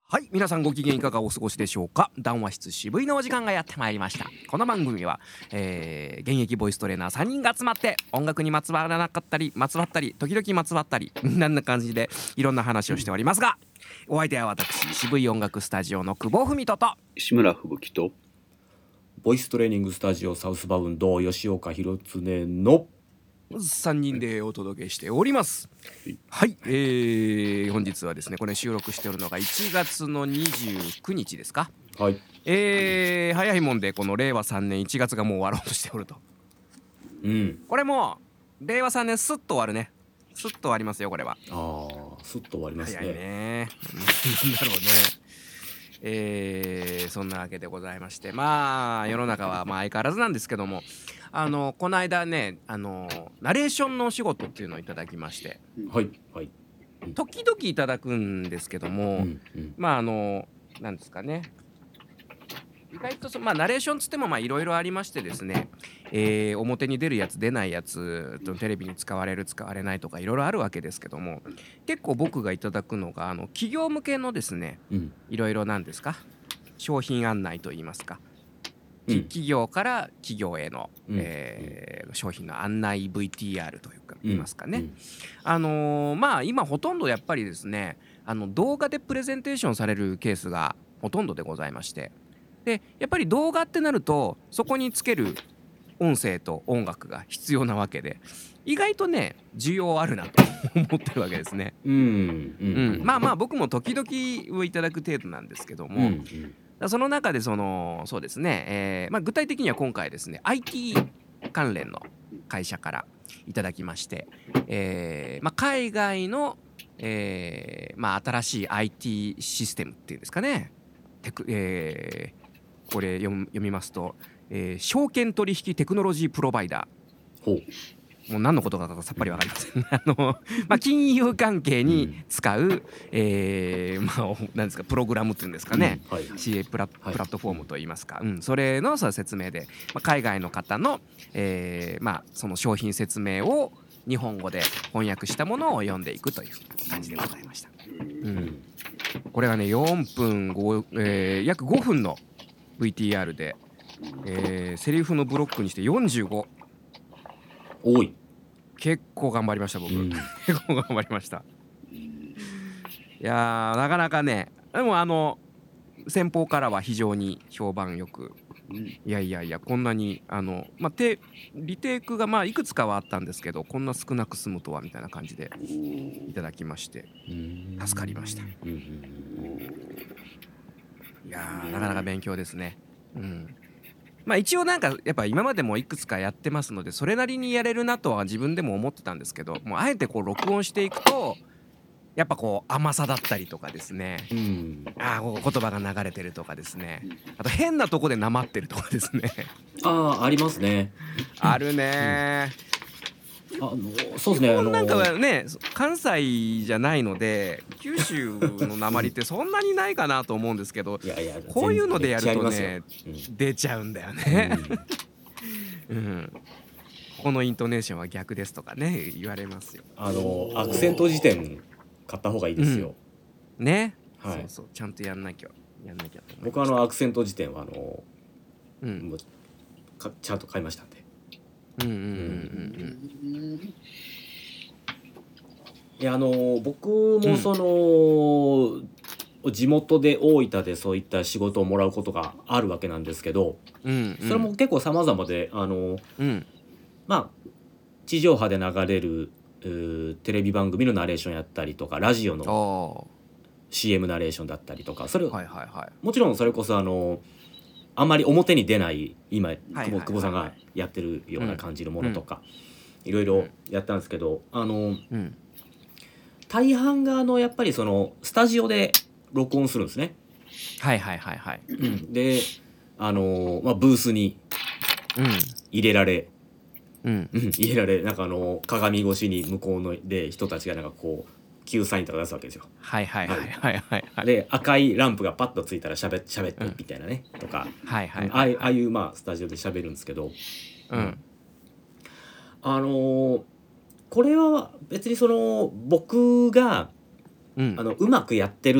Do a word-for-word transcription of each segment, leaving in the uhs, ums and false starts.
はい、皆さんご機嫌いかがお過ごしでしょうか。談話室渋いのお時間がやってまいりました。この番組は、えー、現役ボイストレーナーさんにんが集まって音楽にまつわらなかったりまつわったり時々まつわったりなんな感じでいろんな話をしておりますが、お相手は私渋い音楽スタジオの久保文人と石村吹雪とボイストレーニングスタジオサウスバウンド吉岡弘恒のさんにんでお届けしております。はい、えー、本日はですね、これ収録しておるのがいちがつのにじゅうくにちですか。 はい、 えー、早いもんでこのれいわさんねんいちがつがもう終わろうとしておると。 うん、 これもうれいわさんねんスッと終わるね。スッと終わりますよこれは。 ああ、すっと終わりますね。 早いね。なんだろうね。えー、そんなわけでございまして、まあ世の中はまあ相変わらずなんですけども、あのこの間ね、あのナレーションのお仕事っていうのをいただきまして、 はいはい、 時々いただくんですけども、 うんうん、 まああのなんですかね、意外とそまあナレーションつってもまあいろいろありましてですね、えー、表に出るやつ出ないやつとテレビに使われる使われないとかいろいろあるわけですけども、結構僕がいただくのがあの企業向けのですね、いろいろなんですか、商品案内といいますか、 うん、 企業から企業への、 うんえー、商品の案内 ブイティーアール というか言いますかね、 うん、 あのー、まあ今ほとんどやっぱりですね、あの動画でプレゼンテーションされるケースがほとんどでございまして、でやっぱり動画ってなるとそこにつける音声と音楽が必要なわけで、意外とね需要あるなと思ってるわけですね。 うんうんうん、まあまあ僕も時々をいただく程度なんですけども、 うんうん、 その中でそのそうですね、えーまあ、具体的には今回ですね アイティー 関連の会社からいただきまして、えーまあ、海外の、えーまあ、新しい アイティー システムっていうんですかね、テク、えーこれ読み、読みますと、えー証券取引テクノロジープロバイダー、 ほう、 もう何のことかさっぱりわかりませんあの、まあ、金融関係に使う、うん、えー、まあ何ですかプログラムっていうんですかね、 うん、はい、 シーエー プラ、 はい、 プラットフォームといいますか、うん、それのその説明で、まあ、海外の方の、えーまあ、その商品説明を日本語で翻訳したものを読んでいくという感じでございました。うん、これがねよんぷんご、えー、約ごふんの ブイティーアール で、えー、セリフのブロックにしてよんじゅうご。 多い。 結構頑張りました僕、うん、結構頑張りました。いやーなかなかね、でもあの先方からは非常に評判よく、いやいやいやこんなにあの、まあ、テリテイクがまあいくつかはあったんですけど、こんな少なく済むとはみたいな感じでいただきまして助かりました。いやーなかなか勉強ですね。うん、まあ一応なんかやっぱ今までもいくつかやってますのでそれなりにやれるなとは自分でも思ってたんですけど、もうあえてこう録音していくとやっぱこう甘さだったりとかですね、うん、あこう言葉が流れてるとかですね、あと変なとこでなまってるとかですねああ、ありますね。 あるね、 うん、あのそうですね、 あのー、なんかはね関西じゃないので九州のなまりってそんなにないかなと思うんですけどいやいやこういうのでやるとね、うん、出ちゃうんだよね、うんうん、ここのイントネーションは逆ですとかね言われますよ。 あのアクセント辞典買った方がいいですよ、 うん、ね、 はい、 そうそうちゃんとやんなきゃやんなきゃと思いました。 僕はあのアクセント辞典はあの、 うん、 かちゃんと買いましたんで。 うんうんうんうんうんいやあの僕もその、うん、地元で大分でそういった仕事をもらうことがあるわけなんですけど、うんうん、それも結構様々であの、うん、まあ地上波で流れるテレビ番組のナレーションやったりとかラジオの シーエム ナレーションだったりとか、それ、はいはいはい、もちろんそれこそあのあんまり表に出ない今久保さんがやってるような感じのものとか、いろいろやったんですけど、あの、うん、大半があのやっぱりそのスタジオで録音するんですね。 はいはいはいはい。 うん、であの、まあ、ブースに入れられ、うん、入れられなんかあの鏡越しに向こうので人たちがなんかこうキューサインとか出すわけですよ。 はいはいはいはいはい、はい、 で赤いランプがパッとついたらしゃべってみたいなね、うん、とか、はいはいはいはい、ああいうまあスタジオでしゃべるんですけど、うん、あのー、これは別にその僕が、うん、あのうまくやってると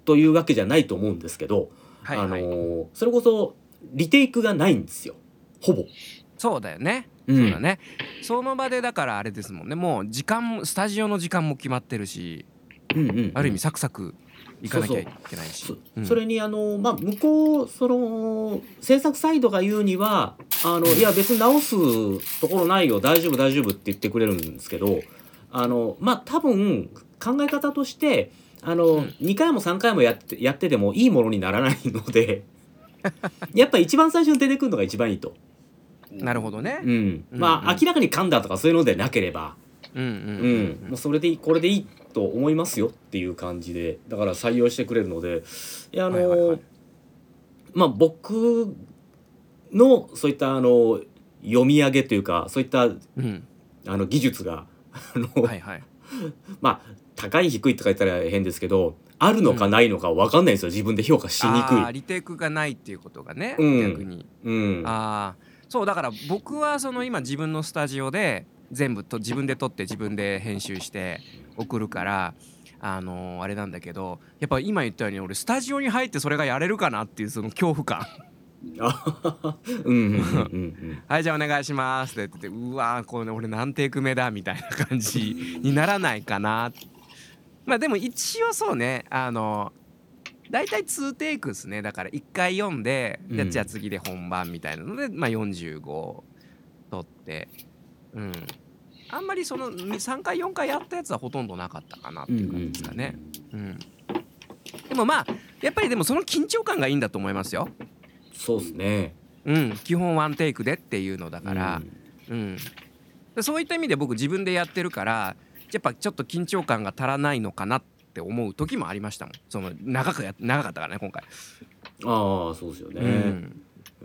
というわけじゃないと思うんですけど、 はいはい、 あのそれこそリテイクがないんですよ、ほぼ。 そうだよね、 うん、 そうだね。その場でだからあれですもんね、もう時間もスタジオの時間も決まってるし、 うんうんうある意味ん。 サクサク行かそうそう。 なきゃいけないし、 そうん、 それにあの、まあ、向こうその制作サイドが言うにはあのいうん、 や別に直すところないよ大丈夫大丈夫って言ってくれるんですけど、あのまあ多分考え方としてあのうん、 にかいもさんかいもやってやっててもいいものにならないのでやっぱ一番最初に出てくるのが一番いいと。 なるほどね。 うん、 うんうまあん、 明らかに噛んだとかそういうのでなければ、 うんうんううん、もうんそれでいいこれでいいと思いますよっていう感じでだから採用してくれるので、いやあうん、はいはいはのい、 まあ僕のそういったあの読み上げというかそういったあうん、 の技術があのはいはい、 まあ高い低いとか言ったら変ですけどあるのかうん。 ないのか分かんないんですよ、自分で評価しにくい。 ああ、リテイクがないっていうことがね、逆うんに。 うんああ、そうだから僕はその今自分のスタジオで全部と自分で撮って自分で編集して送るから、あの、あれなんだけど、やっぱ今言ったように俺スタジオに入ってそれがやれるかなっていうその恐怖感。 あははうんうんうんうんはい、じゃあお願いしますって言ってて、うわー、これ俺何テイク目だみたいな感じにならないかな。まあでも一応そうね、あの、だいたいにテイクですね。だからいっかい読んで、で、じゃあうんうん次で本番みたいなので、まあ、よんじゅうご撮って、うん。あんまりそのみさんかいよんかいやったやつはほとんどなかったかなっうんうんうんうていう感じですかね。 ん。 うん。でもまあ、やっぱりでもその緊張感がいいんだと思いますよ。 そうですね。 うん。基本ワンテイクでっていうのだから、 うんうん。でそういった意味で僕自分でやってるから、やっぱちょっと緊張感が足らないのかなって思う時もありましたもん。その長くや長かったからね、今回。 ああそうですようね。 ん。 うん。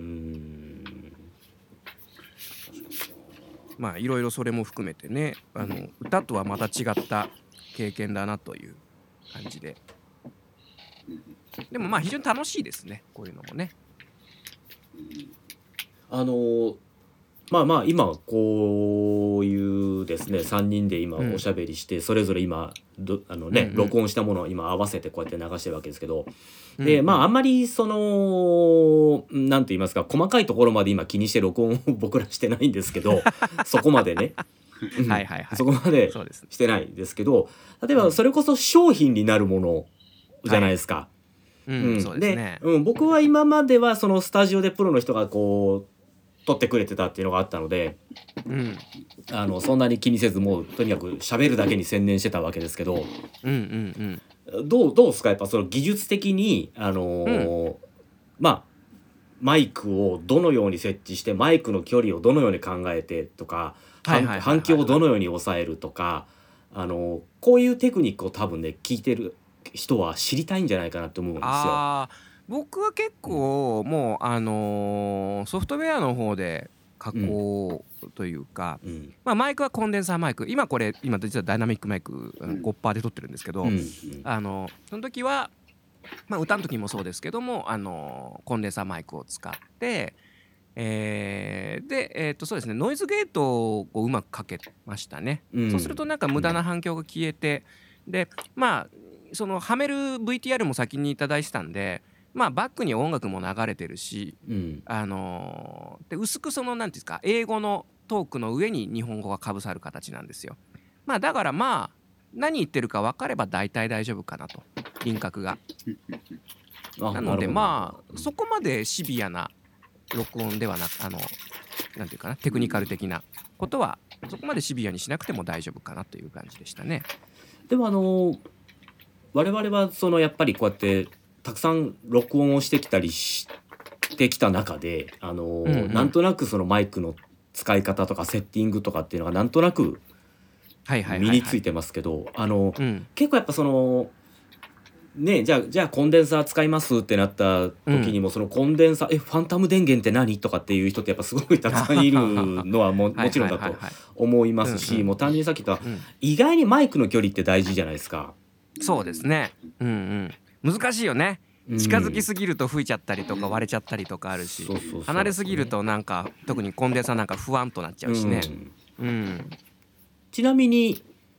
まあいろいろそれも含めてね、あの歌とはまた違った経験だなという感じで、でもまあ非常に楽しいですね、こういうのもね。 あのまあまあ今こういうですねさんにんで今うん、 おしゃべりしてそれぞれ今どあのうんうね録ん、 音したものを今合わせてこうやって流してるわけですけど、 うんうでまああん。 んまりそのなんと言いますか細かいところまで今気にして録音を僕らしてないんですけどそこまでね、うはいん、 はいはい。 そこまでそうですね。 してないですけど、例えうん。 ばそれこそ商品になるものじゃはい。 ないですか。 うん、そううん、で、 ですね。 うん、僕は今まではそのスタジオでプロの人がこう撮ってくれてたっていうのがあったので、 うん。 あのそんなに気にせずもうとにかく喋るだけに専念してたわけですけど、 うんうんどうどうですかやっぱその技術的にあのうん。うん。 ーまあマイクをどのように設置してマイクの距離をどのように考えてとか反はいはいはい反響をはいはい。 どのように抑えるとか、あのこういうテクニックを多分ね聞いてる人は知りたいんじゃないかなと思うんですよ。 ああ、僕は結うん、 構もうあの、ソフトウェアの方で加うん、 工というか、 うん、 まあ、マイクはコンデンサーマイク、今これ今実はダイナミックマイク、あの、ごパーで撮ってるんですけど、 うん、うん、 あの、その時は、まあ、歌の時もそうですけども、あの、コンデンサーマイクを使って、えーで、えっと、そうですね、ノイズゲートをうまくかけましたね。 うそうするとん、 なんか無駄なうん、 反響が消えて、で、まあ、そのはめる ブイティーアール も先にいただいてたんで、まあ、バックに音楽も流れてるし、 うん、 あの、で、薄くその、なんていうんですか、英語のトークの上に日本語がかぶさる形なんですよ。まあ、だからまあ、何言ってるか分かれば大体大丈夫かなと、輪郭が。 あ、 なのでなるほどなるほまあ、 ど。 そこまでシビアな録音ではなく、あの、なんていうかな、テクニカル的なことは、そこまでシビアにしなくても大丈夫かなという感じでしたね。 でもあの我々はそのやっぱりこうやってたくさん録音をしてきたりしてきた中であうんうのなんん。 となくそのマイクの使い方とかセッティングとかっていうのがなんとなくはいはいはいはい。 身についてますけど、あのうん。 結構やっぱそのねじゃあじゃあコンデンサー使いますってなったうん。 時にもそのコンデンサーえファンタム電源って何とかっていう人ってやっぱすごいたくあさんいるはははは。 のはもはいもちろんだとはいはいはい。 思いまうんうすし、 ん。 もう単純にさっき言ったうん。 意外にマイクの距離って大事じゃないですか。 そうですね。うんうん。難しいよね。 う近づきん。 すぎると吹いちゃったりとか割れちゃったりとかあるし、 そうそうそう離れなんですよね。 すぎるとなんか特にコンデンサーなんか不安となっちゃううしね。 ん。 うん。 ちなみに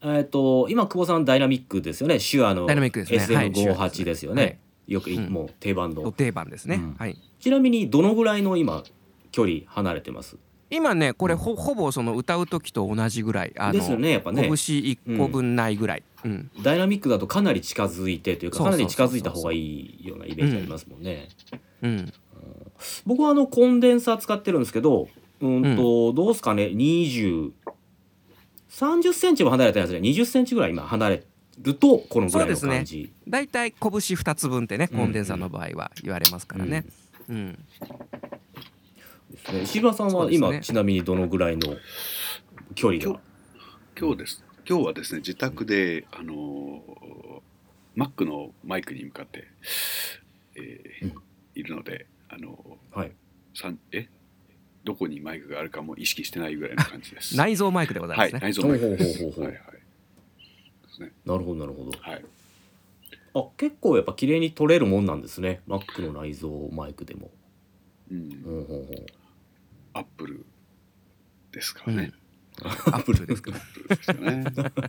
えっと今久保さんダイナミックですよね。手話のダイナミックですね。 エスエムごじゅうはち ですよね。 はい、 よく、うん、もう定番の定番ですね、うん、はい。 ちなみにどのぐらいの今距離離れてます？ 今ねこれ ほ, ほぼその歌う時と同じぐらい、あのですよね、やっぱね、 拳いっこぶんないぐらい、うんうん、 ダイナミックだとかなり近づいてというかかなり近づいた方がいいようなイメージありますもんね。うんうん、僕はあのコンデンサー使ってるんですけど、うんと、うん、どうすかね、にじゅう、さんじゅっセンチも離れたやつでにじゅっセンチぐらい今離れるとこのぐらいの感じ。 だいたい拳ふたつぶんってね、コンデンサーの場合は言われますからね。うんうんうんですね。石破さんは今、ね、ちなみにどのぐらいの距離が？ 今日です。今日はですね、自宅であの Mac のマイクに向かって、えーうん、いるので、あの、はい、さんえどこにマイクがあるかも意識してないぐらいの感じです。 内蔵マイクでございますね。 はい、内蔵マイクです。はいはい。 なるほどなるほど。はい。あ、結構やっぱ綺麗に撮れるもんなんですね。Mac の内蔵マイクでも。うん。ほうほうほう。 アップルですからね。 アップルですか。ね、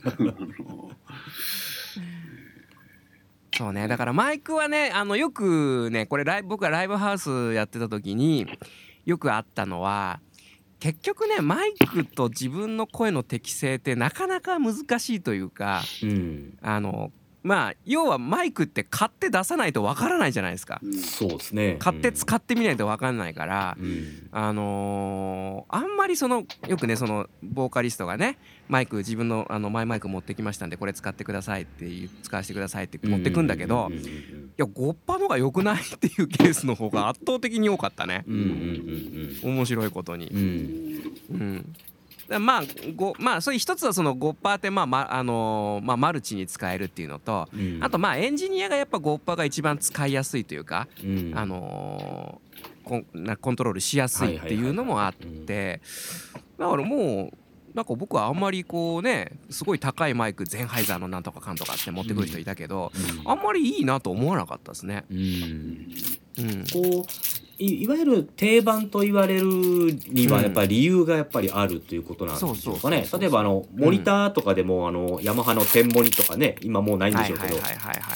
そうね、だからマイクはね、あのよくね、これライブ僕がライブハウスやってた時によくあったのは、結局ねマイクと自分の声の適性ってなかなか難しいというか、うん、あのまあ要はマイクって買って出さないとわからないじゃないですか。 うん、そうですね。 買って使ってみないとわかんないから、うん、あのー、あんまりそのよくねそのボーカリストがねマイク自分のあのマイマイク持ってきましたんでこれ使ってくださいって使わせてくださいって持ってくんだけど、いやゴッパのが良くないっていうケースの方が圧倒的に多かったね。面白いことに。うん、うんまあごまあそういう一つはそのゴッパーってまあまあのまあマルチに使えるっていうのと、うん、あとまあエンジニアがやっぱゴッパーが一番使いやすいというか、うん、あのー、コンコントロールしやすいっていうのもあって、だからもうなんか僕はあんまりこうねすごい高いマイクゼンハイザーのなんとかかんとかって持ってくる人いたけど、うん、あんまりいいなと思わなかったですね。うんうん、こう い, いわゆる定番と言われるにはやっぱり理由がやっぱりあるということなんでしょうかね。例えばあのモニターとかでもあのヤマハの天モニとかね今もうないんでしょうけど、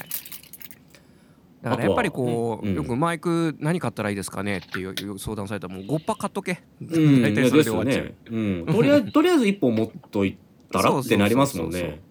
だからやっぱりこう、ねうん、よくマイク何買ったらいいですかねっていう相談されたらもうゴッパ買っとけ、うん、大体それで終わっちゃう、 うん、とりあえずとりあえず一本持っといたらってなりますもんね。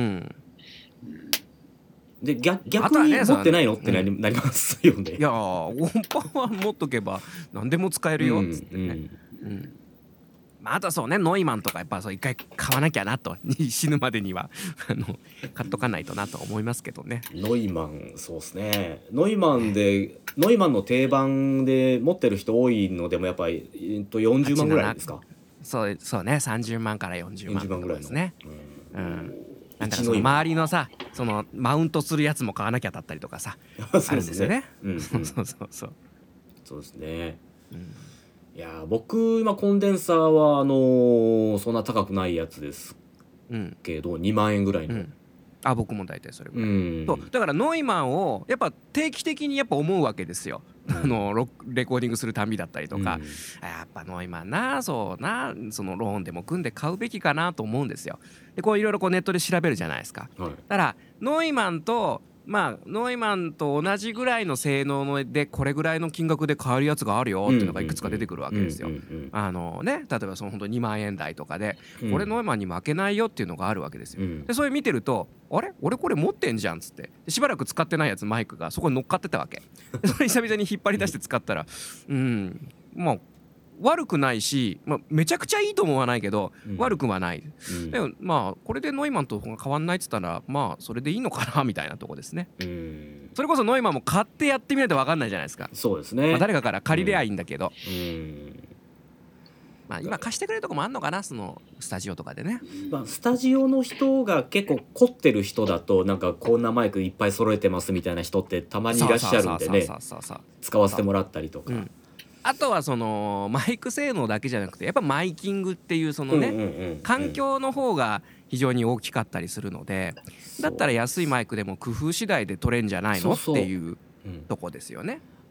で 逆, 逆に持ってないの、ね、ってな り,、うん、なりますよね。 いやーゴッパは持っとけば何でも使えるよっつってね。うんうんうんまあ、あとはそうねノイマンとかやっぱそう一回買わなきゃなと死ぬまでにはあの買っとかないとなと思いますけどね。 ノイマンそうですね。ノイマンでノイマンの定番で持ってる人多いのでもやっぱり、えっと、よんじゅうまんぐらいですか。 そうそうねさんじゅうまんからよんじゅうまんぐらいですね。うん、うんなんだかその周りのさそのマウントするやつも買わなきゃだったりとかさあるんですよね。そうそうそうそうそうですね。うん、いや僕今コンデンサーはあのー、そんな高くないやつですけど、うん、にまんえんぐらいの、うん、 あ僕も大体それぐらい、うん、そうだからノイマンをやっぱ定期的にやっぱ思うわけですよ。あのレコーディングするたびだったりとか、うん、やっぱノイマンなそうなそのローンでも組んで買うべきかなと思うんですよ。でこういろいろこうネットで調べるじゃないですか、はい、だからノイマンとまあノイマンと同じぐらいの性能でこれぐらいの金額で買えるやつがあるよっていうのがいくつか出てくるわけですよ。あのね例えばその本当にまんえん台とかでこれノイマンに負けないよっていうのがあるわけですよ。でそれ見てるとあれ俺これ持ってんじゃんっつってしばらく使ってないやつマイクがそこに乗っかってたわけ。それ久々に引っ張り出して使ったらうんまあ悪くないし、まあ、めちゃくちゃいいと思わないけど、うん、悪くはない、うん、でもまあこれでノイマンと変わんないっつったらまあそれでいいのかなみたいなとこですね。うんそれこそノイマンも買ってやってみないと分かんないじゃないですか。 そうですね、 まあ、誰かから借りりゃいいんだけど、うんうんまあ、今貸してくれるとこもあんのかなそのスタジオとかでね、 まあ、スタジオの人が結構凝ってる人だとなんかこんなマイクいっぱい揃えてますみたいな人ってたまにいらっしゃるんでね使わせてもらったりとか、うんあとはそのマイク性能だけじゃなくてやっぱマイキングっていうそのね環境の方が非常に大きかったりするのでだったら安いマイクでも工夫次第で取れんじゃないのっていうとこですよね。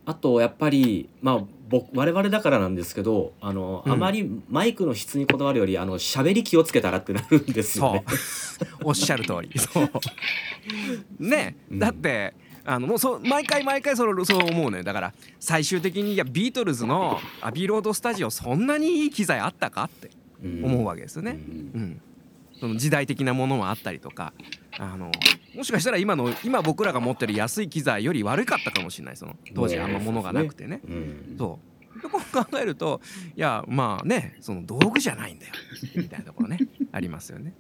あとやっぱりまあ僕我々だからなんですけど、あの、 うんあまりマイクの質にこだわるよりあの喋り気をつけたらってなるんですよね。 そうおっしゃる通りそうね、 うんだってあのもうそう毎回毎回それそう思うのよ。だから最終的にいやビートルズのアビーロードスタジオそんなにいい機材あったかって思うわけですよね。 うんうんその時代的なものもあったりとか、あのもしかしたら今の今僕らが持ってる安い機材より悪かったかもしれない。その当時あんま物がなくてね。 うんそうでこう考えるといやまあねその道具じゃないんだよみたいなところねありますよね。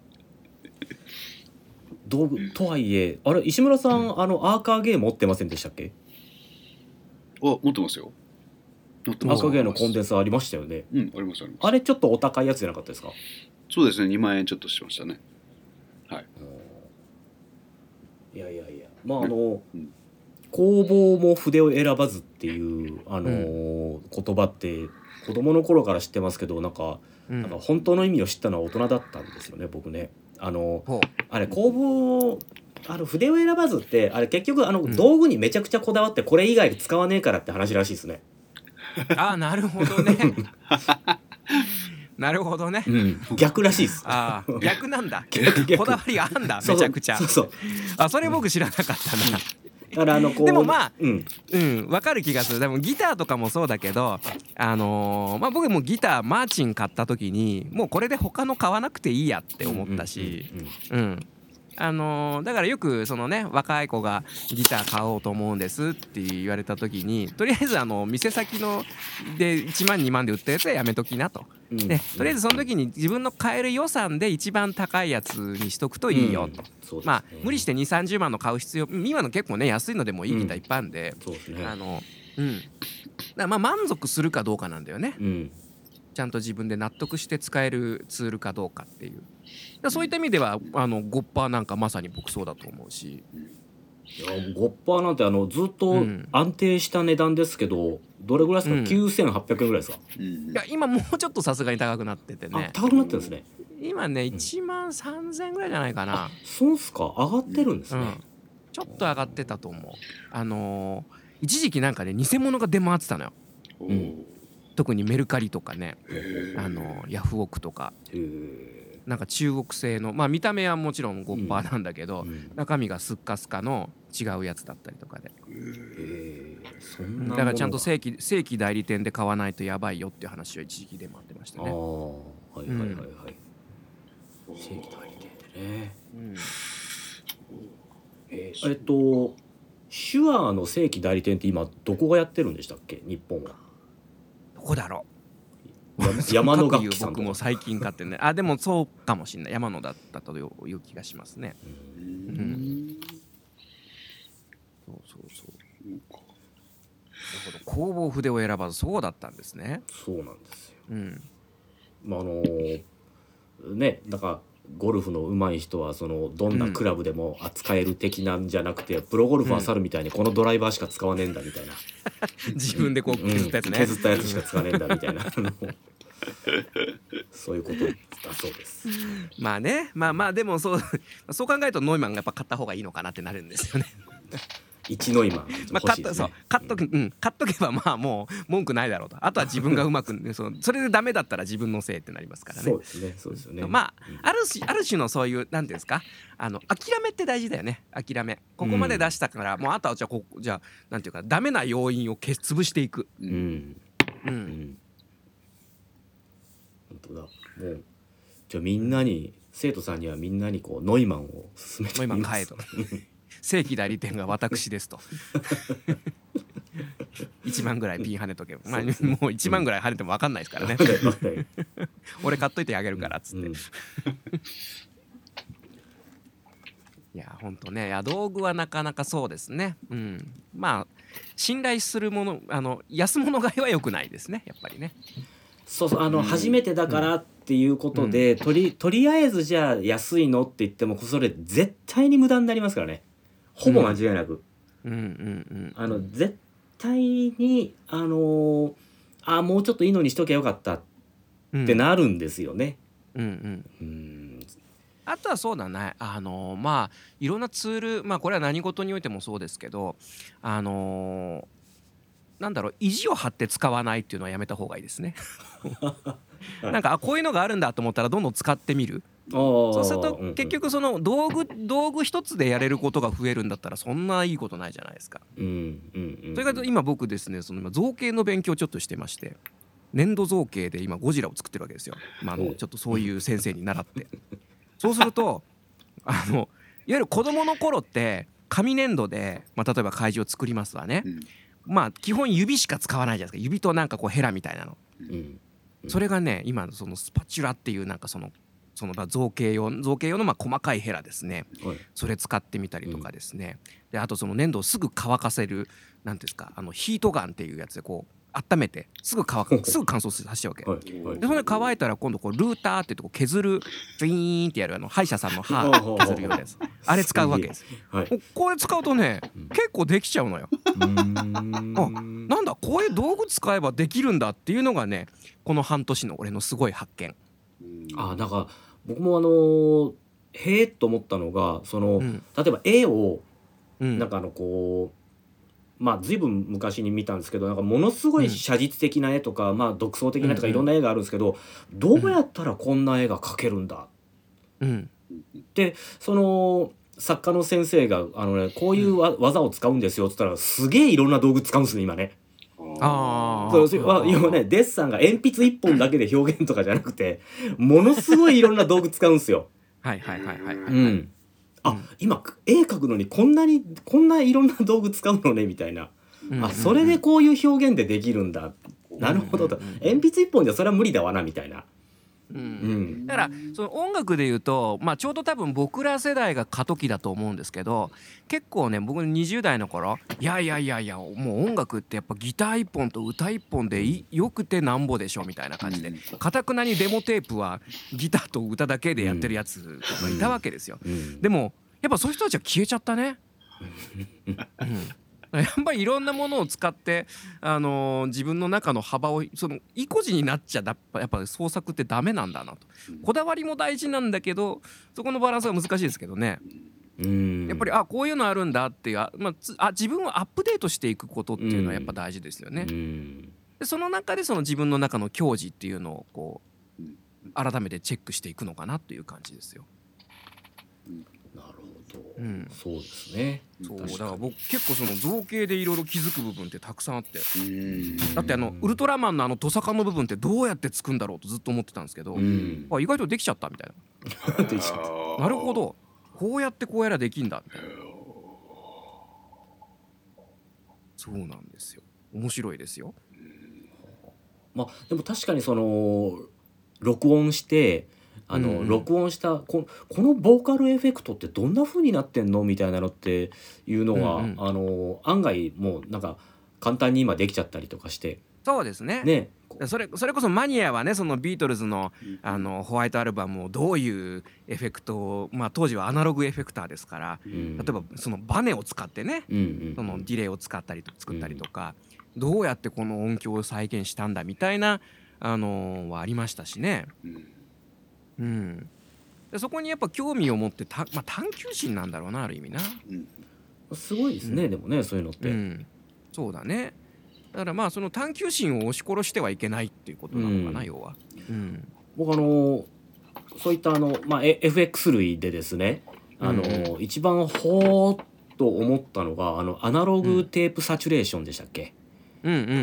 道具とはいえあれ石村さん、あのアーカーゲー持ってませんでしたっけ？ あ、持ってますよ。持ってます。 アーカーゲーのコンデンサーありましたよね。 うん、ありますあります。 あれちょっとお高いやつじゃなかったですか？ そうですね、にまん円ちょっとしましたね。はい。 いやいやいや、まああの、 うん工房も筆を選ばずっていうあのー言葉って子供の頃から知ってますけど、なんか、 うんなんか本当の意味を知ったのは大人だったんですよね、僕ね。あのほあれ工房あの筆を選ばずってあれ結局あの、 うん道具にめちゃくちゃこだわってこれ以外で使わねえからって話らしいですね。 うああなるほどねなるほどね。 うん、逆らしいです。 ああ逆なんだ。 逆逆こだわりがあんだそうめちゃくちゃ。 そうそう。 あそれ僕知らなかったな。 だからあのこうでもまあうんうんわかる気がする。でもギターとかもそうだけどあのーまあ僕もギターマーチン買った時にもうこれで他の買わなくていいやって思ったしうんうんうんあのーだからよくそのね若い子がギター買おうと思うんですって言われた時にとりあえずあの店先のでいちまんにまんで売ったやつはやめときなと。 うんうんでとりあえずその時に自分の買える予算で一番高いやつにしとくといいよと。 うんそうですねまあ無理してにじゅうさんじゅうまんの買う必要今の結構ね安いのでもいいギターいっぱいあるんで、 そうですね。 あのうんだからまあ満足するかどうかなんだよね。 うんちゃんと自分で納得して使えるツールかどうかっていう。だからそういった意味ではあのゴッパーなんかまさに僕そうだと思うし。 いやゴッパーなんてあのずっとうん安定した値段ですけど、どれぐらいですか、 うんきゅうせんはっぴゃくえんぐらいですか？ うんいや今もうちょっとさすがに高くなっててあね。 高くなってるんですね。 今ねいちまんさんぜんぐらいじゃないかな。 そうっすか、上がってるんですね。 うん、ちょっと上がってたと思う。あのー一時期なんかね偽物が出回ってたのよ。 おーうん特にメルカリとかね、 へーあのヤフオクとかへえなんか中国製のまあ見た目はもちろんゴッパーなんだけど、 うん中身がスッカスカの違うやつだったりとかで、 へえそんなものだからちゃんと正規正規代理店で買わないとやばいよっていう話は一時期出回ってましたああね。 はいはいはいはい、正規代理店でね。 うんえーえっと手話の正規代理店って今どこがやってるんでしたっけ、日本は？ どこだろやう。 山野各有楽器さんとか。 僕も最近買ってね。あでもそうかもしれない。山野だったという気がしますね。 ううんんそうそうそう。 そうかなるほど工房筆を選ばずそうだったんですね。 そうなんですよ。 うんまああのね、だからゴルフの上手い人はそのどんなクラブでも扱える的なんじゃなくて、プロゴルファー猿みたいにこのドライバーしか使わねえんだみたいな、 自分でこう削ったやつね。 削ったやつしか使わねえんだみたいなあのそういうことだそうです。 まあねまあまあでもそうそう考えるとノイマンがやっぱ買った方がいいのかなってなるんですよね。 一ノイマンまあ買っそう欲しいですね。 買っとけうん買っとけばまあもう文句ないだろうと。あとは自分がうまくねそのそれでダメだったら自分のせいってなりますからね。 そうですねそうですよね。 まあうんある種ある種のそういうなんていうんですかあの諦めって大事だよね。諦めここまで出したから、もうあとはじゃあこじゃあなんていうかダメな要因を消し潰していく。 うんううんん本当だ。もうじゃあみんなに生徒さんにはみんなにこうノイマンを勧めてノイマみます。 ン買えと。正規代理店が私ですと。いちまんぐらいピン跳ねとけば、まあ、 そうですねもういちまんぐらい跳ねても分かんないですからね。 はい俺買っといてあげるからっつって。 うんいやほんとねいや道具はなかなかそうですね。うんまあ信頼するものあの安物買いは良くないですねやっぱりね。 そうそうあの、 うん初めてだからっていうことで、とりとりあえずじゃあ安いのって言ってもそれ絶対に無駄になりますからね。ほぼ間違いなく、 うんうんうんあの絶対にあのーあもうちょっといいのにしときゃよかったっうんてなるんですよね。 うんうんうんあとはそうだねあのまあいろんなツールまあこれは何事においてもそうですけどあのなんだろう意地を張って使わないっていうのはやめた方がいいですねなんかあこういうのがあるんだと思ったらどんどん使ってみる。そうすると結局その道具道具一つでやれることが増えるんだったらそんないいことないじゃないですか。うんうんうん、それから今僕ですねその造形の勉強をちょっとしてまして粘土造形で今ゴジラを作ってるわけですよ。まあ、あのちょっとそういう先生に習ってそうするとあのいわゆる子供の頃って紙粘土で、まあ、例えば怪獣を作りますわね、うん、まあ基本指しか使わないじゃないですか。指となんかこうヘラみたいなの、うんうん、それがね今のそのスパチュラっていうなんかそのその造形用造形用のまあ細かいヘラですね、はい、それ使ってみたりとかですね、うん、であとその粘土をすぐ乾かせるなんていうんですかあのヒートガンっていうやつでこう温めてすぐ乾かすぐ乾燥させちゃうわけ、はいはい、でそれ乾いたら今度こうルーターって言ってこう削るジュイーンってやるあの歯医者さんの歯削るようなやつあれ使うわけです、はい、これ使うとね、うん、結構できちゃうのよ。うーんあなんだこういう道具使えばできるんだっていうのがねこの半年の俺のすごい発見。 あなんか僕もあのー、へえと思ったのがその、うん、例えば絵を、うん、なんかあのこうまあ随分昔に見たんですけどなんかものすごい写実的な絵とか、うんまあ、独創的な絵とかいろんな絵があるんですけど、うん、どうやったらこんな絵が描けるんだ、うん、でその作家の先生があの、ね、こういう技を使うんですよって言ったらすげえいろんな道具使うんですね今ね。あそうそれは要はねデッサンが鉛筆一本だけで表現とかじゃなくてものすごいいろんな道具使うんですよ。はいはいはいはいはい。うん、あ、うん、今絵描くのにこんなにこんないろんな道具使うのねみたいな、うん、あそれでこういう表現でできるんだ、うん、なるほどと、うん、鉛筆一本じゃそれは無理だわなみたいな。 うんうん、だからその音楽でいうと、まあ、ちょうど多分僕ら世代が過渡期だと思うんですけど結構ね僕にじゅう代の頃いやいやいやいやもう音楽ってやっぱギター一本と歌一本でいよくてなんぼでしょみたいな感じでかたくなにデモテープはギターと歌だけでやってるやつとかいたわけですよ。でもやっぱそういう人たちは消えちゃったね。うんやっぱりいろんなものを使って、あのー、自分の中の幅をその意固地になっちゃだやっぱ創作ってダメなんだなと。こだわりも大事なんだけどそこのバランスが難しいですけどね。うんやっぱりあこういうのあるんだっていう、まあ、あ自分をアップデートしていくことっていうのはやっぱ大事ですよね。でその中でその自分の中の矜持っていうのをこう改めてチェックしていくのかなっていう感じですよ。 なるほど、うん、そうですね。 そうだから僕結構その造形でいろいろ気づく部分ってたくさんあってだってあのウルトラマンのあのトサカの部分ってどうやってつくんだろうとずっと思ってたんですけどあ意外とできちゃったみたいなできちゃったなるほどこうやってこうやらできんだみたいなそうなんですよ面白いですよ。 まあでも確かにその録音してあの、うんうん、録音したここのボーカルエフェクトってどんな風になってんのみたいなのっていうのは、うんうん、あの案外もうなんか簡単に今できちゃったりとかしてそうですね。ねそれ、それこそマニアはねそのビートルズ の, あのホワイトアルバムをどういうエフェクトを、まあ、当時はアナログエフェクターですから、うん、例えばそのバネを使ってね、うんうん、そのディレイを使ったりと作ったりとか、うん、どうやってこの音響を再現したんだみたいなあのー、はありましたしね。うんうん、でそこにやっぱ興味を持ってた、まあ、探求心なんだろうなある意味な、 うん、すごいですね、うん、でもねそういうのって、うん、 そうだね。だからまあその探求心を押し殺してはいけないっていうことなのかな、うん、要は、うん、 僕あのそういったあの、まあ、エフエックス 類でですねあの、うん、一番ほーっと思ったのがあのアナログテープサチュレーションでしたっけ、うんうんうんうん、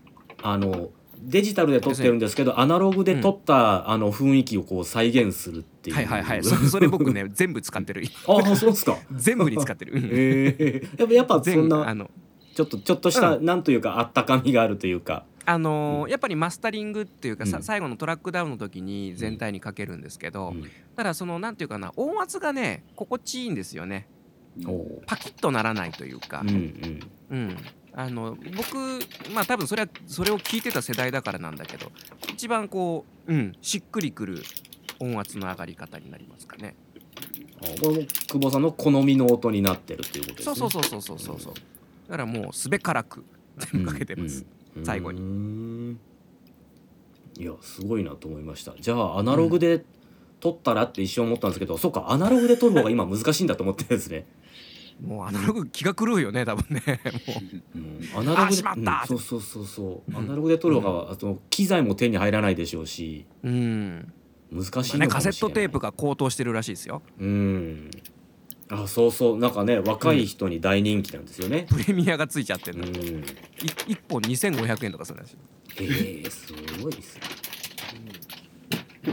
あのデジタルで撮ってるんですけどアナログで撮った、うん、あの雰囲気をこう再現するっていうはいはいはい そ, それ僕ね全部使ってるああそうですか全部に使ってるえー、やっぱそんなあのちょっとちょっとした、うん、なんというかあったかみがあるというかあのーうん、やっぱりマスタリングっていうかさ、うん、最後のトラックダウンの時に全体にかけるんですけど、うん、ただそのなんていうかな音圧がね心地いいんですよね、うん、パキッとならないというか、うんうんうんあの僕まあ多分それはそれを聞いてた世代だからなんだけど一番こう、うん、しっくりくる音圧の上がり方になりますかね。 あこれも久保さんの好みの音になってるっていうことですね。 そうそうそうそうそうそう、うん、だからもうすべからく全部かけてます、うんうん、最後に。 うんいやすごいなと思いました。じゃあアナログで撮ったらって一瞬思ったんですけど、うん、そうかアナログで撮る方が今難しいんだと思ってですねもうアナログ気が狂うよね多分ねもう、うん、アナログで、うん、 そうそうそうそうアナログで撮る方が、うん、あと機材も手に入らないでしょうし、 うん、 難しいのかもしれない、 まあね、カセットテープが高騰してるらしいですよ。 うん、あ、そうそうなんかね若い人に大人気なんですよね、 うん、プレミアがついちゃってるの、うん、いいっぽんにせんごひゃくえんとかするらしい。 えー、すごいですね、うん、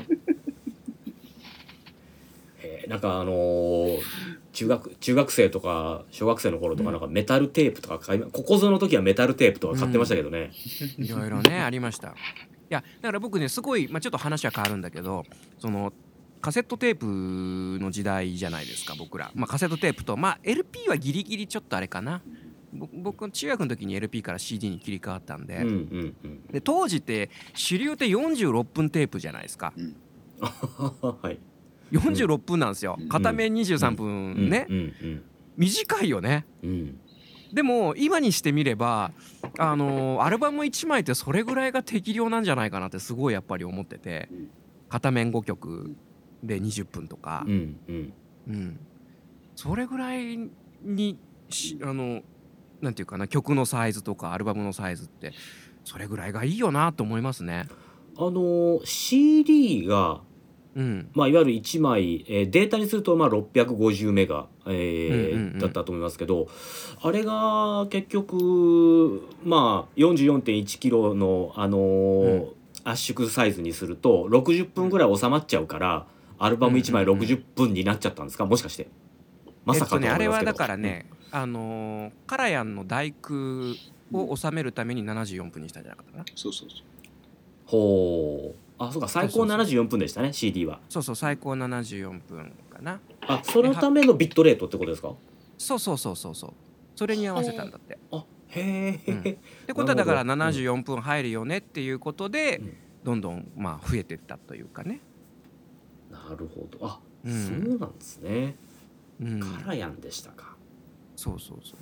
えー、なんかあのー、中学中学生とか小学生の頃とかなんかメタルテープとか買い、ここぞの時はメタルテープとか買ってましたけどね、 うん、いろいろねありました。いやだから僕ねすごい、まあ、ちょっと話は変わるんだけど、そのカセットテープの時代じゃないですか僕ら、まあ、カセットテープと、まあ、エルピー はギリギリちょっとあれかな、僕中学の時に エルピー から シーディー に切り替わったんで、うんうんうん、で当時って主流ってよんじゅうろっぷんテープじゃないですか、うん、はいよんじゅうろっぷんなんですよ、うん、片面にじゅうさんぷんね、うんうんうん、短いよね、うん、でも今にしてみればあのー、アルバムいちまいってそれぐらいが適量なんじゃないかなってすごいやっぱり思ってて、片面ごきょくでにじゅっぷんとか、うんうんうん、それぐらいにあのなんていうかな、曲のサイズとかアルバムのサイズってそれぐらいがいいよなと思いますね。 あの シーディー が、うんまあ、いわゆるいちまい、えー、データにするとまあろっぴゃくごじゅうメガ、えーうんうんうん、だったと思いますけど、あれが結局まあ よんじゅうよんてんいちキロの、あのーうん、圧縮サイズにするとろくじゅっぷんぐらい収まっちゃうからアルバムいちまいろくじゅっぷんになっちゃったんですか、もしかして。 まさかと思いますけど、えっとね、あれはだからね、うん、あのー、カラヤンの大工を収めるためにななじゅうよんぷんにしたんじゃなかったかな。 そうそうそう。 ほう。あ、そうか、最高ななじゅうよんぷんでしたね、シーディー は。 そうそう、最高ななじゅうよんぷんかな。 あ、そのためのビットレートってことですか？ そうそうそうそうそう。それに合わせたんだって。 あ、へえ、うん。ってことはだからななじゅうよんぷん入るよねっていうことで、うん、どんどんまあ増えていったというかね。 なるほど。あ、うん、そうなんですね。うん、カラヤンでしたか。 そうそうそう。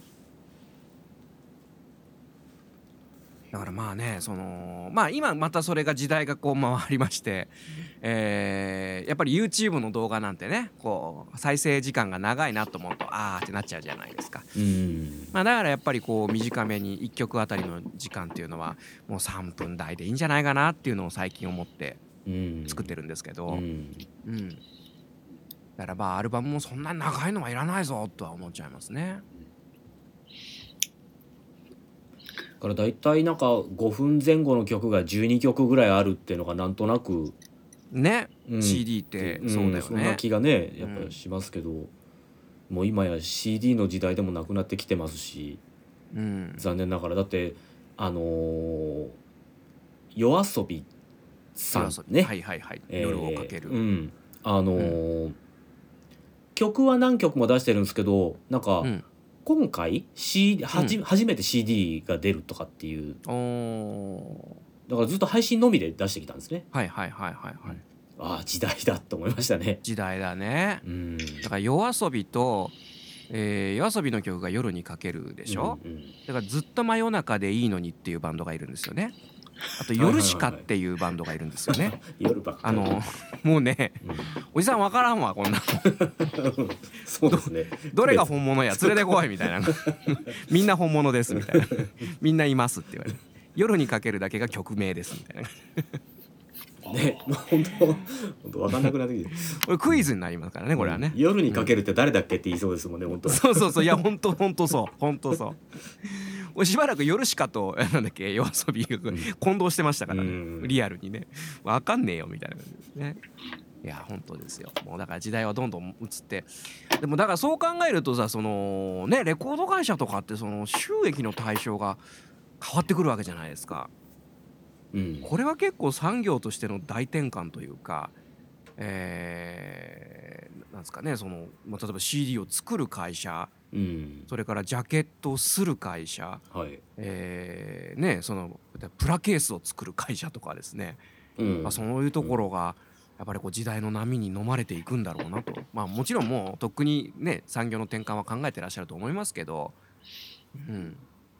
だからまあね、そのまあ今またそれが時代がこう回りまして、えー、やっぱり YouTube の動画なんてね、こう再生時間が長いなと思うとあーってなっちゃうじゃないですか。うんまあだからやっぱりこう短めにいっきょくあたりの時間っていうのはもうさんぷん台でいいんじゃないかなっていうのを最近思って作ってるんですけど、うん、うん、だからまあアルバムもそんなに長いのはいらないぞとは思っちゃいますね。 だからだいたいなんかごふんぜん後の曲がじゅうにきょくぐらいあるっていうのがなんとなくね、うん、シーディー ってそうだよね、うん、 そんな気がねやっぱりしますけど、うん、もう今や シーディー の時代でもなくなってきてますし、うん、残念ながらだってあのー、夜遊びさんね、 はいはいはい、えー、夜をかける、 うん、あのーうん、曲は何曲も出してるんですけどなんか、うん今回、C はじ、うん、初めて シーディー が出るとかっていうだからずっと配信のみで出してきたんですね。 はいはいはいはいはい、 うん、ああ時代だと思いましたね。 時代だね、うん、だから夜遊びと、えー、夜遊びの曲が夜にかけるでしょ、うんうん、だからずっと真夜中でいいのにっていうバンドがいるんですよね。あと夜しかっていうバンドがいるんですよね。 夜ばっかり。 あのもうね、うん、おじさんわからんわこんなそうですね。 ど, どれが本物や連れてこいみたいなみんな本物ですみたいなみんないますって言われる。夜にかけるだけが曲名ですみたいなね、本当本当分かんなくなってきてこれクイズになりますからねこれはね、 うん、夜にかけるって誰だっけって言いそうですもんね本当。 そうそうそういや本当本当そう本当そうしばらく夜しかとなんだっけ夜遊びが混同してましたからね、うん、リアルにね分かんねえよみたいな感じですね。いや本当ですよ。もうだから時代はどんどん移ってでもだからそう考えるとさそのねレコード会社とかってその収益の対象が変わってくるわけじゃないですか、うん、これは結構産業としての大転換というか、えー、なんですかねその、まあ、例えば シーディー を作る会社、うん、それからジャケットをする会社、はいえーね、そのプラケースを作る会社とかですね、うんまあ、そういうところがやっぱりこう時代の波に飲まれていくんだろうなと、まあ、もちろんもうとっくにね産業の転換は考えてらっしゃると思いますけど、うん、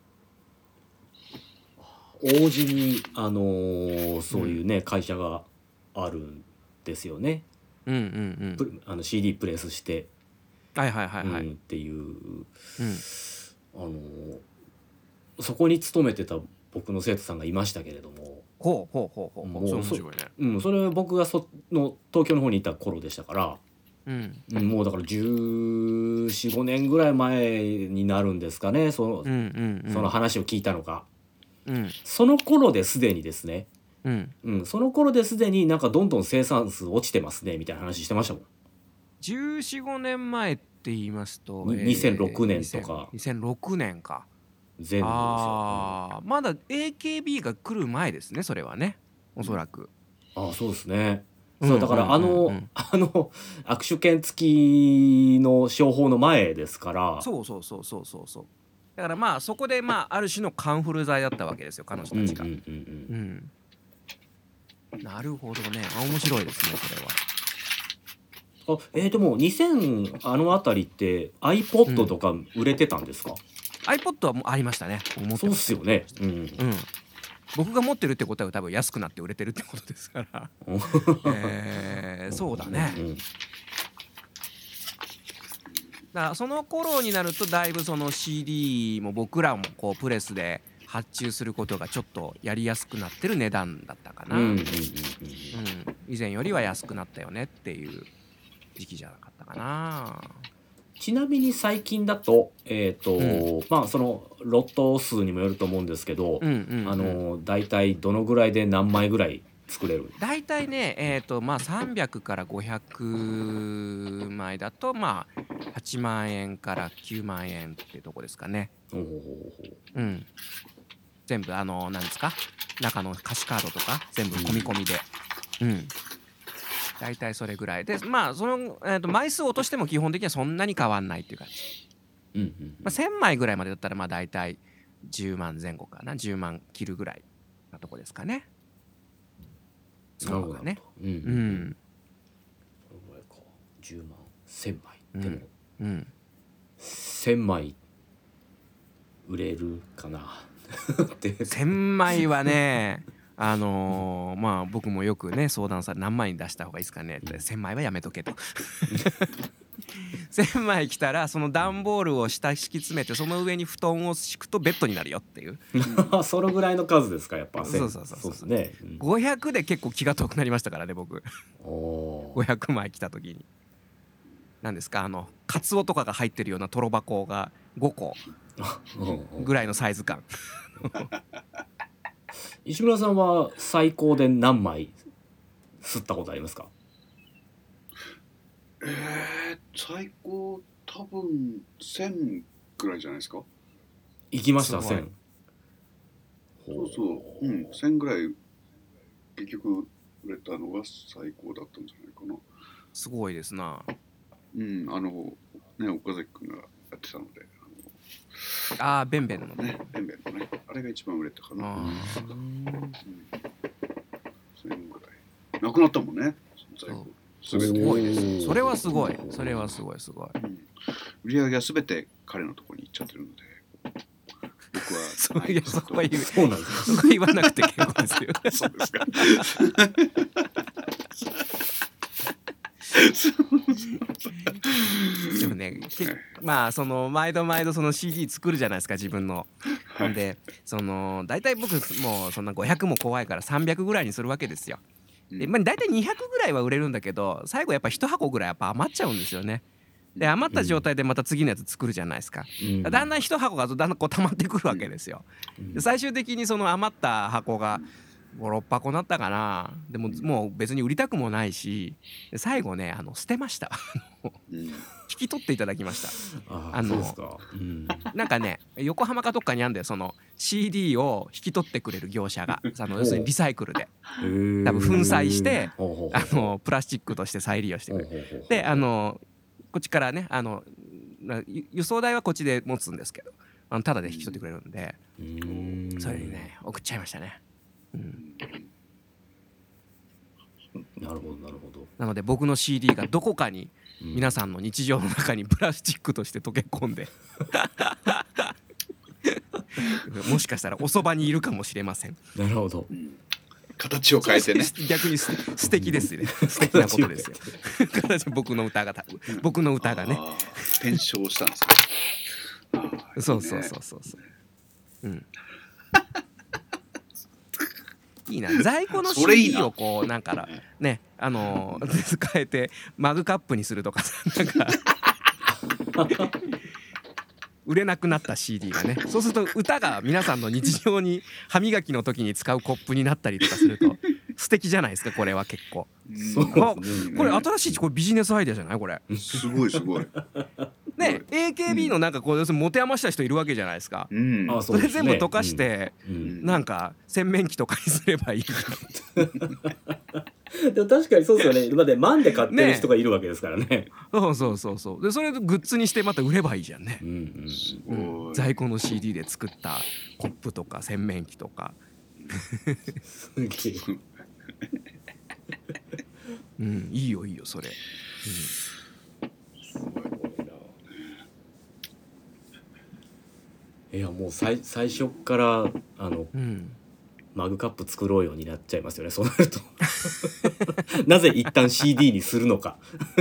王子に、あのー、そういうね、うん、会社があるんですよね、うんうんうん、あの シーディー プレスしてはいはいはいはい、 うん、っていう、 うん、 あのそこに勤めてた僕の生徒さんがいましたけれども、 ほうほうほうほうほう、それもう面白いね。 うん、それは僕がその東京の方にいた頃でしたから、 うんうん、もうだからじゅうよん、ごねんぐらい前になるんですかね、その、 うんうんうん、 その話を聞いたのが。 うんその頃ですでにですね、 うんうん、その頃ですでになんかどんどん生産数落ちてますねみたいな話してましたもん。 じゅうよん、ごねんまえって言いますと、 ににせんろくねんとかにせんろくねんか。 前後ですよ。 ああ、まだ エーケービー が来る前ですね、それはね、おそらく。 ああ、そうですね。 うんそうだからあうんうんうのんあの握手券付きの商法の前ですから。 そうそうそうそうそうそう。だからまあそこでまあある種のカンフル剤だったわけですよ、彼女たちが。 うんうんうんうん。なるほどね。あ、面白いですね、それは。 うん。あ、えー、でもにせんあのあたりって iPod とか売れてたんですか？ iPod はもうありましたね。持ってそうっますすよね。うん。 うん。僕が持ってるってことは多分安くなって売れてるってことですから。えー、そうだね。 うんだからその頃になるとだいぶその シーディー も僕らもこうプレスで発注することがちょっとやりやすくなってる値段だったかな。 うんうんうんうん。 うん、以前よりは安くなったよねっていう時期じゃなかったかな。 ちなみに最近だとえっ、と、 うんまあそのロット数にもよると思うんですけど、 うんうんうん、 あのだいたいどのぐらいで何枚ぐらい作れる？ だいたいねえっ、とまあさんびゃくからごひゃくまいだとまあはちまんえんからきゅうまんえんってとこですかね。 ほうほうほうほう。 うん。全部あの何ですか、中の歌詞カードとか全部込み込みで、うん。だいたいそれぐらいで、まあその、えー、と枚数を落としても基本的にはそんなに変わんないっていう感じ。 うんうんうん。 まあ、せんまいぐらいまでだったらまあだいたいじゅうまんぜん後かな、じゅうまん切るぐらいなとこですかね。そうだね。 うんうん。 ううん、 ん。 そのぐらいか。じゅうまん、せんまい。でも、 うん。 せんまい売れるかなってせんまいはね、あのー、まあ僕もよくね相談され、何枚に出した方がいいですかねって、せんまいはやめとけとせんまい来たらその段ボールを下敷き詰めてその上に布団を敷くとベッドになるよっていう。 そのぐらいの数ですか、やっぱ。 そうそうそうそうそうですね、うん、 ごひゃくで結構気が遠くなりましたからね僕おごひゃくまい来た時に何ですか、あのカツオとかが入ってるようなトロ箱がごこぐらいのサイズ感石村さんは最高で何枚吸ったことありますか？ えー、最高多分せんくらいじゃないですか。 行きました。 すごいせん。 そうそう、うん、せんぐらい結局売れたのが最高だったんじゃないかな。 すごいですな。 うん、あのね、岡崎くんがやってたので、 ああ、ベンベンのね、ベンベンのね、あれが一番売れたかな。 あうん、せんぐらいなくなったもんね、在庫すべて。 すごいです。それはすごい。それはすごいすごい。 うん、売り上げはすべて彼のところに行っちゃってるので、僕はそういや、そこは言う、 そうなんですそこ言わなくて結構ですよ。 そうですか。 でもね、まあその毎度毎度その シーディー 作るじゃないですか、自分の。ほんでその大体僕もうそんなごひゃくも怖いからさんびゃくぐらいにするわけですよ。で、まあ、大体にひゃくぐらいは売れるんだけど、最後やっぱいち箱ぐらいやっぱ余っちゃうんですよね。で余った状態でまた次のやつ作るじゃないですか。だんだんいち箱がだんだんこう溜まってくるわけですよ。で最終的にその余った箱がご、ろっ箱なったかな。でももう別に売りたくもないし、最後ね、あの捨てました引き取っていただきました。 ああのそうですか、うん、 なんかね、横浜かどっかにあるんだよ、その シーディー を引き取ってくれる業者が、あの要するにリサイクルで多分粉砕してあのプラスチックとして再利用してくれる。で、あのこっちからね、あの輸送代はこっちで持つんですけど、あのタダで引き取ってくれるんで、それにね送っちゃいましたね。うん、 なるほどなるほど。 なので僕の シーディー がどこかに皆さんの日常の中にプラスチックとして溶け込んでもしかしたらおそばにいるかもしれません。 なるほど。 形を変えてね。 逆にす素敵ですよね。素敵なことですよ。形僕の歌が僕の歌がね。 転生したんですか。 そうそうそうそうそう。うん。いいな、在庫の シーディー をこうなんかね、あのー、変えてマグカップにするとかさ、なんか売れなくなった シーディー がね、そうすると歌が皆さんの日常に歯磨きの時に使うコップになったりとかすると素敵じゃないですか。これは結構そうですね。これ新しいこれビジネスアイデアじゃないこれ。 すごいすごいね、エーケービー のなんかこう要するに持て余した人いるわけじゃないですか。うん、それ全部溶かして、うん、なんか洗面器とかにすればいい。 でも確かにそうですよね。今でマンで買ってる人がいるわけですからね。ね、 そうそうそうそう。でそれでグッズにしてまた売ればいいじゃんね。うんうんうん、在庫の シーディー で作ったコップとか洗面器とか。すげえ。うん、いいよいいよそれ。うん、 いやもう最最初からあの、うん、マグカップ作ろうようになっちゃいますよね。そうなるとなぜ一旦 シーディー にするのか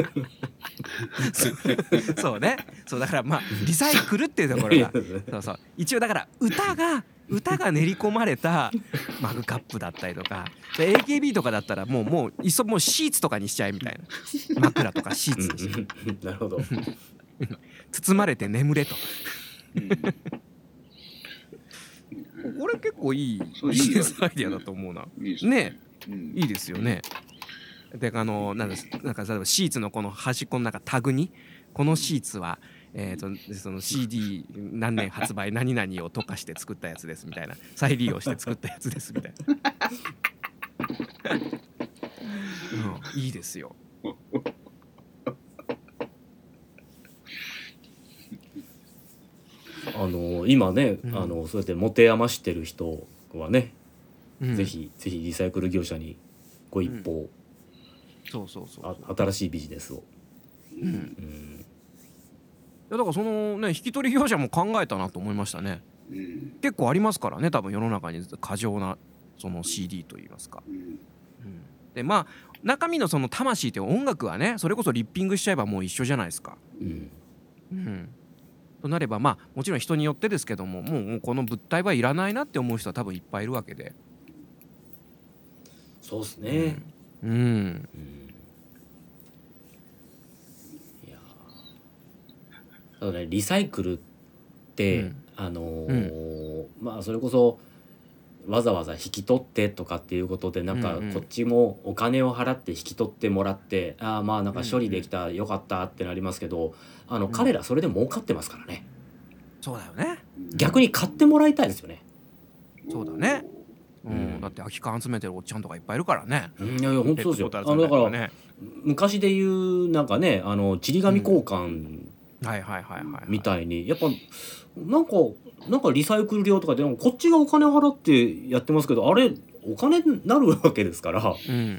そうね。そうだからまあリサイクルっていうところがそうそう一応だから歌が歌が練り込まれたマグカップだったりとか エーケービー とかだったらもうもういっそもうシーツとかにしちゃえみたいな。枕とかシーツにしてなるほど包まれて眠れとこれ結構いいビジネスアイデアだと思うな。いいね、うん、いいですよね。であのなんですなんか例えばシーツのこの端っこのなんかタグにこのシーツはえとその シーディー 何年発売何々を溶かして作ったやつですみたいな、再利用して作ったやつですみたいな、うん、いいですよ。 あの今ね、うん、あのそうやって持て余してる人はね、うん、ぜひぜひリサイクル業者にご一報、うん、 そうそうそうあ新しいビジネスを、うんうん、 いやだからそのね引き取り業者も考えたなと思いましたね、うん、結構ありますからね多分世の中に過剰なその シーディー といいますか、うんうん、でまあ中身のその魂って音楽はねそれこそリッピングしちゃえばもう一緒じゃないですか、うんうん、となればまあもちろん人によってですけどももう、もうこの物体はいらないなって思う人は多分いっぱいいるわけで。 そうですね、 うん、うんうん、 いやただねリサイクルって、うん、あのーうん、まあそれこそわざわざ引き取ってとかっていうことでなんかこっちもお金を払って引き取ってもらって、うんうん、ああまあなんか処理できた、うんうん、よかったってなりますけどあの、うん、彼らそれで儲かってますからね。 そうだよね。 逆に買ってもらいたいですよね。 そうだね、うんうん、だって空き缶集めてるおっちゃんとかいっぱいいるからね、 うん、いやいや本当そうですよ。あのだから、ね、昔で言うなんかねあのちり紙交換みたいにやっぱなんかなんかリサイクル料とかでこっちがお金払ってやってますけどあれお金になるわけですから、うんうんうん、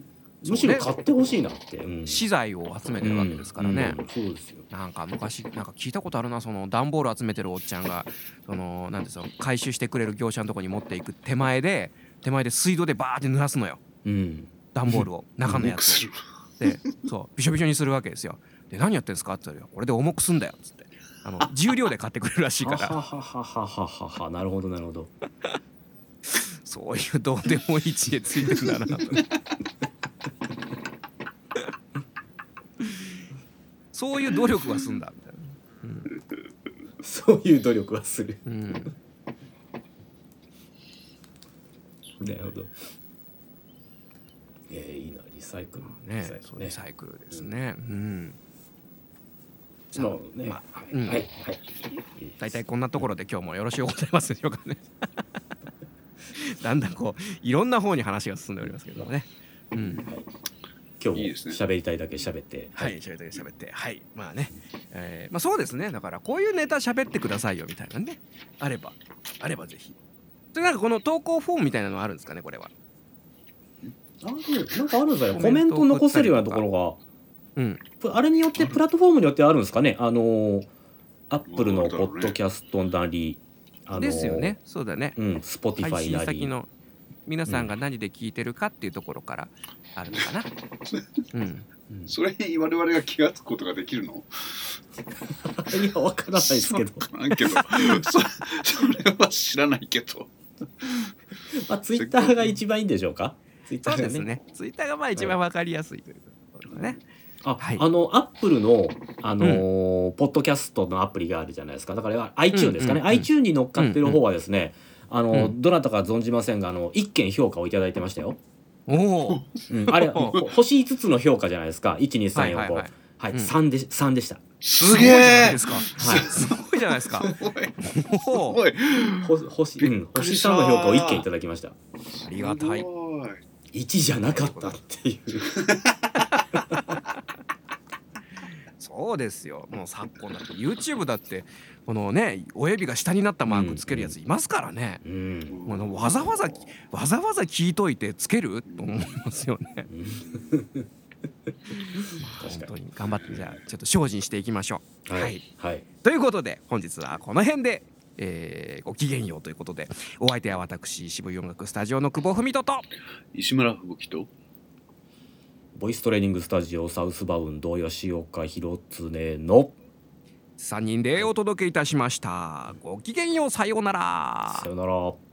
むしろ買ってほしいなって、うん、 資材を集めてるわけですからね、 うんうん、そうですよ。 なんか昔なんか聞いたことあるなその段ボール集めてるおっちゃんがそのなんてその回収してくれる業者のとこに持っていく手前で手前で水道でバーって濡らすのよ、うん、段ボールを中のやつをでそうびしょびしょにするわけですよ。で何やってんですかって言ったらこれで重くすんだよっつってあの重量で買ってくれるらしいからはははははははなるほどなるほどそういうどうでもいい知恵ついてんだなとそういう努力はすんだみたいな、うん、 そういう努力はする、うん、なるほど。えー、いいなリサイクルね、そうリサイクルですね、うん、うんそうね、まあ、うん、はい、はい。 大体こんなところで今日もよろしゅうございますでしょうかね。だんだんこういろんな方に話が進んでおりますけどもね。うん。はい、 今日も喋りたいだけ喋って、 はい、喋りたいだけ喋って、はい、まあね、えー、まあそうですね。だからこういうネタ喋ってくださいよみたいなね、あればあればぜひ。それなんかこの投稿フォームみたいなのあるんですかねこれは。 あるなんかあるんですよね。コメント残せるようなところが。うん、あれによってプラットフォームによってあるんですかね。あのアップルのポッドキャストなり、あのですよね。そうだね。 うん、スポティファイなり、 配信先の皆さんが何で聞いてるかっていうところからあるのかな。うん、 それに我々が気がつくことができるの？ いや、わからないですけど。 わからんけどそ、それは知らないけど。 まあツイッターが一番いいんでしょうか。ツイッターがね。そうですね。ツイッターがまあ一番わかりやすいということね。 あ、はい、あのアップルのあのーうん、ポッドキャストのアプリがあるじゃないですか。だから iTunes ですかね。うんうんうん、iTunes に乗っかってる方はですね、うんうん、あの、うん、どなたか存じませんが、あの一件評価をいただいてましたよ。 おお、 うん、あれ星いつつの評価じゃないですか。いちにさんよんご、はい、はい、さんでさんでした。 すげえ。 すごいじゃないですか。すごい。星、うん、星さんの評価をいっけんいただきました。 ありがたい。 いちじゃなかったっていう。 そうですよ。もう昨今だと YouTube だってこのね親指が下になったマークつけるやついますからね。うん、もうわざわざわざわざ聞いといてつけると思いますよね。本当に頑張ってじゃあちょっと精進していきましょう。はい、はいはい、ということで本日はこの辺で、えー、ごきげんようということで、お相手は私渋い音楽スタジオの久保文人と石村吹雪とボイストレーニングスタジオサウスバウンド吉岡弘恒のさんにんでお届けいたしました。ごきげんよう、さようなら。 さようなら。